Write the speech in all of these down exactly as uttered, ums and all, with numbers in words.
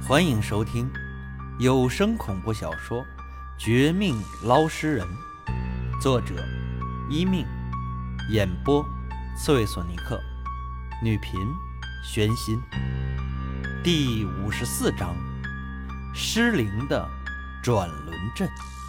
欢迎收听有声恐怖小说《绝命捞尸人》，作者一命，演播刺猬索尼克，女频玄心。第五十四章，失灵的转轮阵。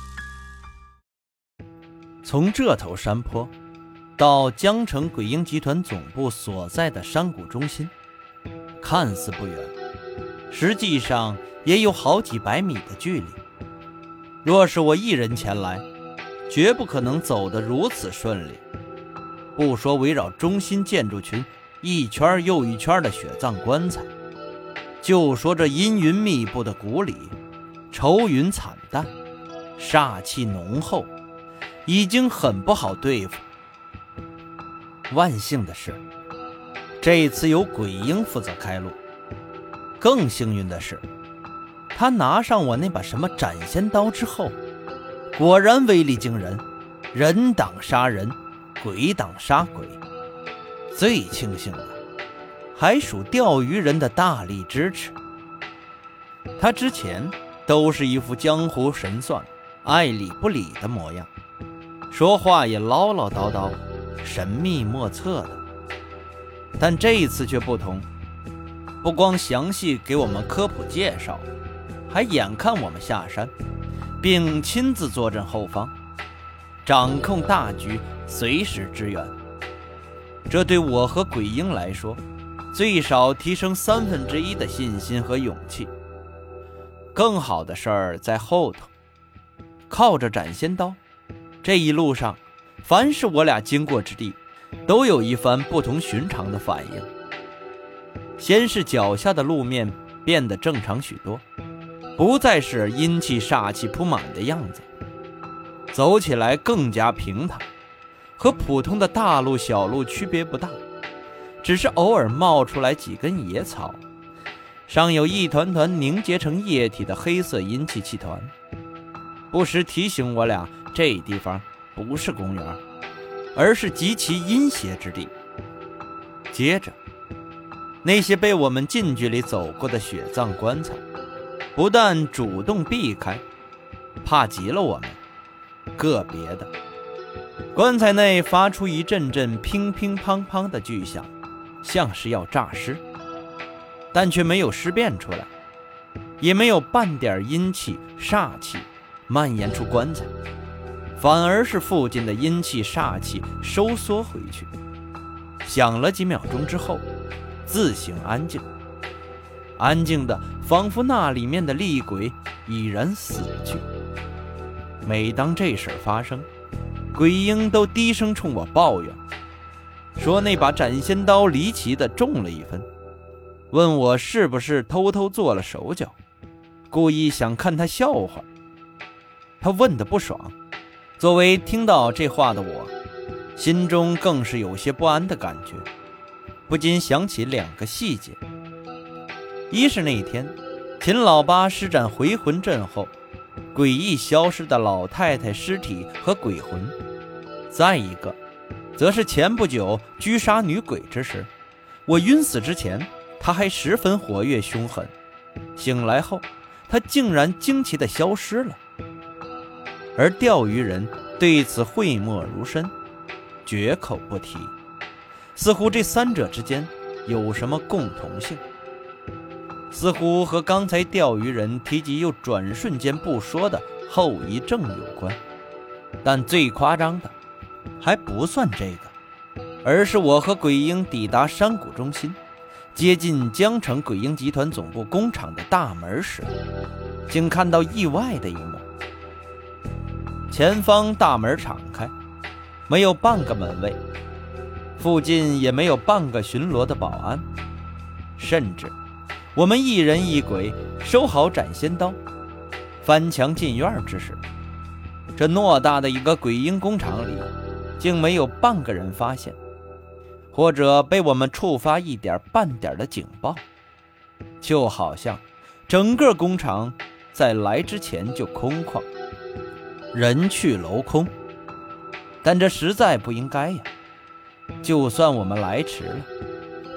从这头山坡到江城鬼婴集团总部所在的山谷中心，看似不远，实际上也有好几百米的距离。若是我一人前来，绝不可能走得如此顺利。不说围绕中心建筑群一圈又一圈的雪葬棺材，就说这阴云密布的谷里，愁云惨淡，煞气浓厚，已经很不好对付。万幸的是，这次由鬼婴负责开路。更幸运的是，他拿上我那把什么斩仙刀之后，果然威力惊人，人挡杀人，鬼挡杀鬼。最庆幸的还属钓鱼人的大力支持。他之前都是一副江湖神算，爱理不理的模样，说话也唠唠叨叨，神秘莫测的。但这一次却不同，不光详细给我们科普介绍，还眼看我们下山，并亲自坐镇后方，掌控大局，随时支援。这对我和鬼婴来说，最少提升三分之一的信心和勇气。更好的事儿在后头，靠着斩仙刀，这一路上，凡是我俩经过之地，都有一番不同寻常的反应。先是脚下的路面变得正常许多，不再是阴气煞气铺满的样子，走起来更加平坦，和普通的大路小路区别不大，只是偶尔冒出来几根野草，上有一团团凝结成液体的黑色阴气气团，不时提醒我俩这地方不是公园，而是极其阴邪之地。接着那些被我们近距离走过的雪葬棺材，不但主动避开，怕极了我们，个别的棺材内发出一阵阵乒乒乓乓的巨响，像是要诈尸，但却没有尸变出来，也没有半点阴气煞气蔓延出棺材，反而是附近的阴气煞气收缩回去。响了几秒钟之后，自行安静，安静的仿佛那里面的厉鬼已然死去。每当这事发生，鬼婴都低声冲我抱怨，说那把斩仙刀离奇的重了一分，问我是不是偷偷做了手脚，故意想看他笑话。他问得不爽，作为听到这话的我，心中更是有些不安的感觉，不禁想起两个细节。一是那天秦老八施展回魂阵后诡异消失的老太太尸体和鬼魂，再一个则是前不久狙杀女鬼之时，我晕死之前他还十分活跃凶狠，醒来后他竟然惊奇地消失了。而钓鱼人对此讳莫如深，绝口不提，似乎这三者之间有什么共同性，似乎和刚才钓鱼人提及又转瞬间不说的后遗症有关。但最夸张的还不算这个，而是我和鬼婴抵达山谷中心，接近江城鬼婴集团总部工厂的大门时，竟看到意外的一幕。前方大门敞开，没有半个门卫，附近也没有半个巡逻的保安，甚至我们一人一鬼收好斩仙刀，翻墙进院之时，这偌大的一个鬼婴工厂里竟没有半个人发现，或者被我们触发一点半点的警报，就好像整个工厂在来之前就空旷，人去楼空。但这实在不应该呀，就算我们来迟了，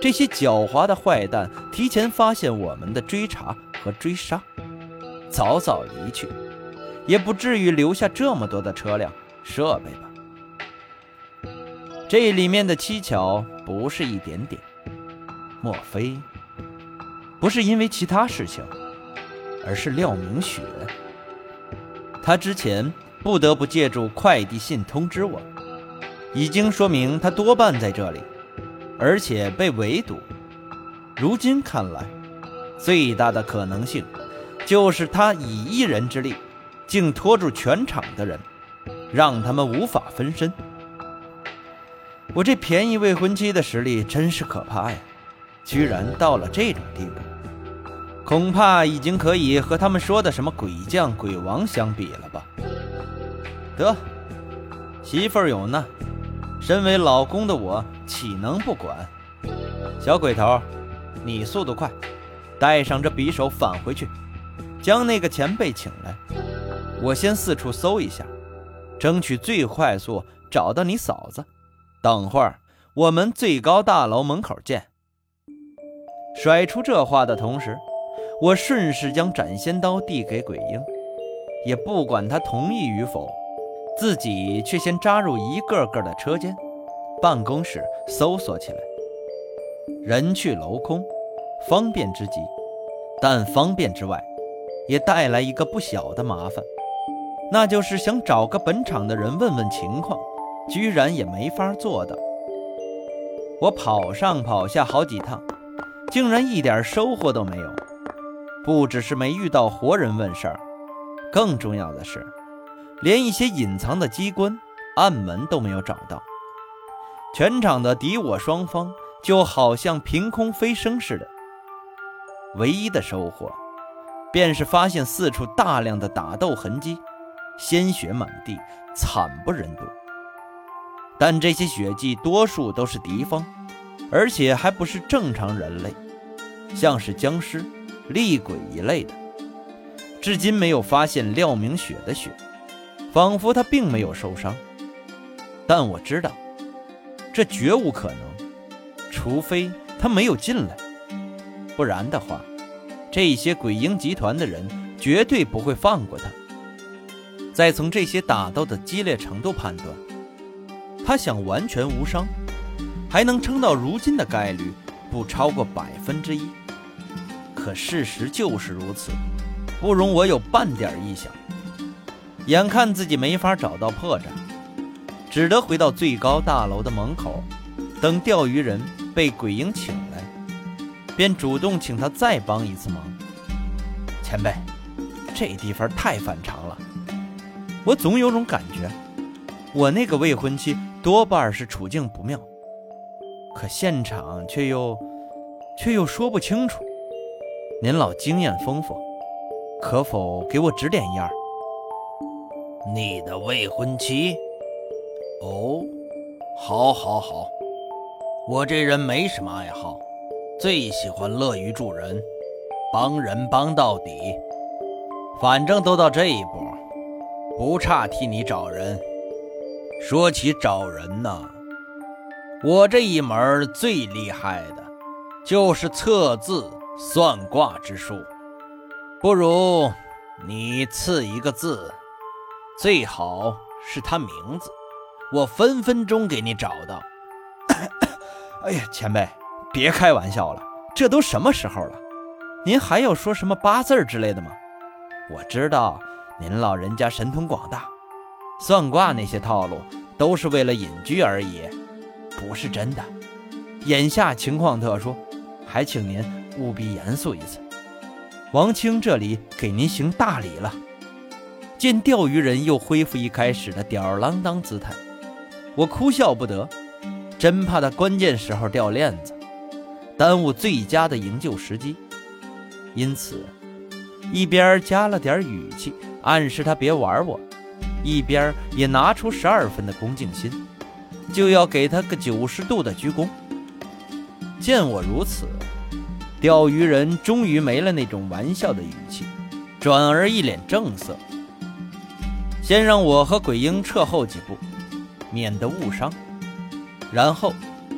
这些狡猾的坏蛋提前发现我们的追查和追杀，早早离去，也不至于留下这么多的车辆设备吧。这里面的蹊跷不是一点点，莫非不是因为其他事情，而是廖明雪。他之前不得不借助快递信通知我，已经说明他多半在这里，而且被围堵。如今看来，最大的可能性就是他以一人之力竟拖住全场的人，让他们无法分身。我这便宜未婚妻的实力真是可怕呀，居然到了这种地步，恐怕已经可以和他们说的什么鬼将鬼王相比了吧。得，媳妇儿有难，身为老公的我岂能不管。小鬼头，你速度快，带上这匕首返回去，将那个前辈请来，我先四处搜一下，争取最快速找到你嫂子。等会儿我们最高大楼门口见。甩出这话的同时，我顺势将斩仙刀递给鬼婴，也不管他同意与否，自己却先扎入一个个的车间、办公室搜索起来。人去楼空，方便之极，但方便之外，也带来一个不小的麻烦，那就是想找个本场的人问问情况，居然也没法做到。我跑上跑下好几趟，竟然一点收获都没有。不只是没遇到活人问事儿，更重要的是，连一些隐藏的机关、暗门都没有找到。全场的敌我双方就好像凭空飞升似的。唯一的收获，便是发现四处大量的打斗痕迹，鲜血满地，惨不忍睹。但这些血迹多数都是敌方，而且还不是正常人类，像是僵尸、厉鬼一类的。至今没有发现廖明雪的血，仿佛他并没有受伤。但我知道，这绝无可能，除非他没有进来，不然的话，这些鬼婴集团的人绝对不会放过他。再从这些打斗的激烈程度判断，他想完全无伤，还能撑到如今的概率不超过百分之一。可事实就是如此，不容我有半点意想。眼看自己没法找到破绽，只得回到最高大楼的门口，等钓鱼人被鬼婴请来，便主动请他再帮一次忙。前辈，这地方太反常了，我总有种感觉，我那个未婚妻多半是处境不妙，可现场却又却又说不清楚。您老经验丰富，可否给我指点一二？ 你的未婚妻？哦，好好好，我这人没什么爱好，最喜欢乐于助人，帮人帮到底。反正都到这一步，不差替你找人。说起找人呢，我这一门最厉害的就是测字算卦之术。不如你赐一个字，最好是他名字，我分分钟给你找到。 哎呀，前辈，别开玩笑了，这都什么时候了？您还要说什么八字之类的吗？我知道您老人家神通广大，算卦那些套路都是为了隐居而已，不是真的。眼下情况特殊，还请您务必严肃一次。王清这里给您行大礼了。见钓鱼人又恢复一开始的吊儿郎当姿态，我哭笑不得，真怕他关键时候掉链子，耽误最佳的营救时机。因此一边加了点语气暗示他别玩我，一边也拿出十二分的恭敬心，就要给他个九十度的鞠躬。见我如此，钓鱼人终于没了那种玩笑的语气，转而一脸正色，先让我和鬼婴撤后几步，免得误伤。然后他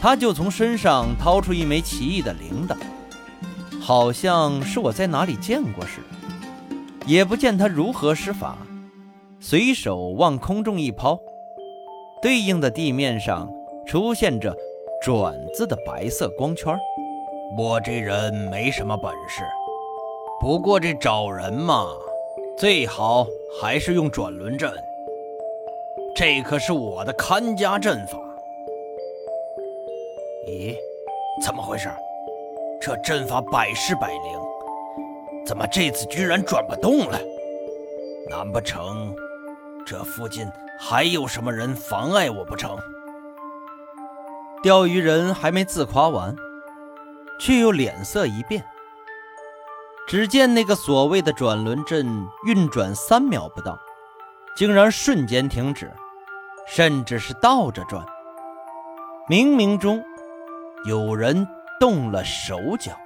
他就从身上掏出一枚奇异的铃铛，好像是我在哪里见过似的。也不见他如何施法，随手往空中一抛，对应的地面上出现着转字的白色光圈。 我这人没什么本事，不过这找人嘛，最好还是用转轮阵，这可是我的看家阵法。咦，怎么回事？这阵法百试百灵，怎么这次居然转不动了？难不成这附近还有什么人妨碍我不成？ 钓鱼人还没自夸完，却又脸色一变。只见那个所谓的转轮阵运转三秒不到，竟然瞬间停止，甚至是倒着转。冥冥中有人动了手脚。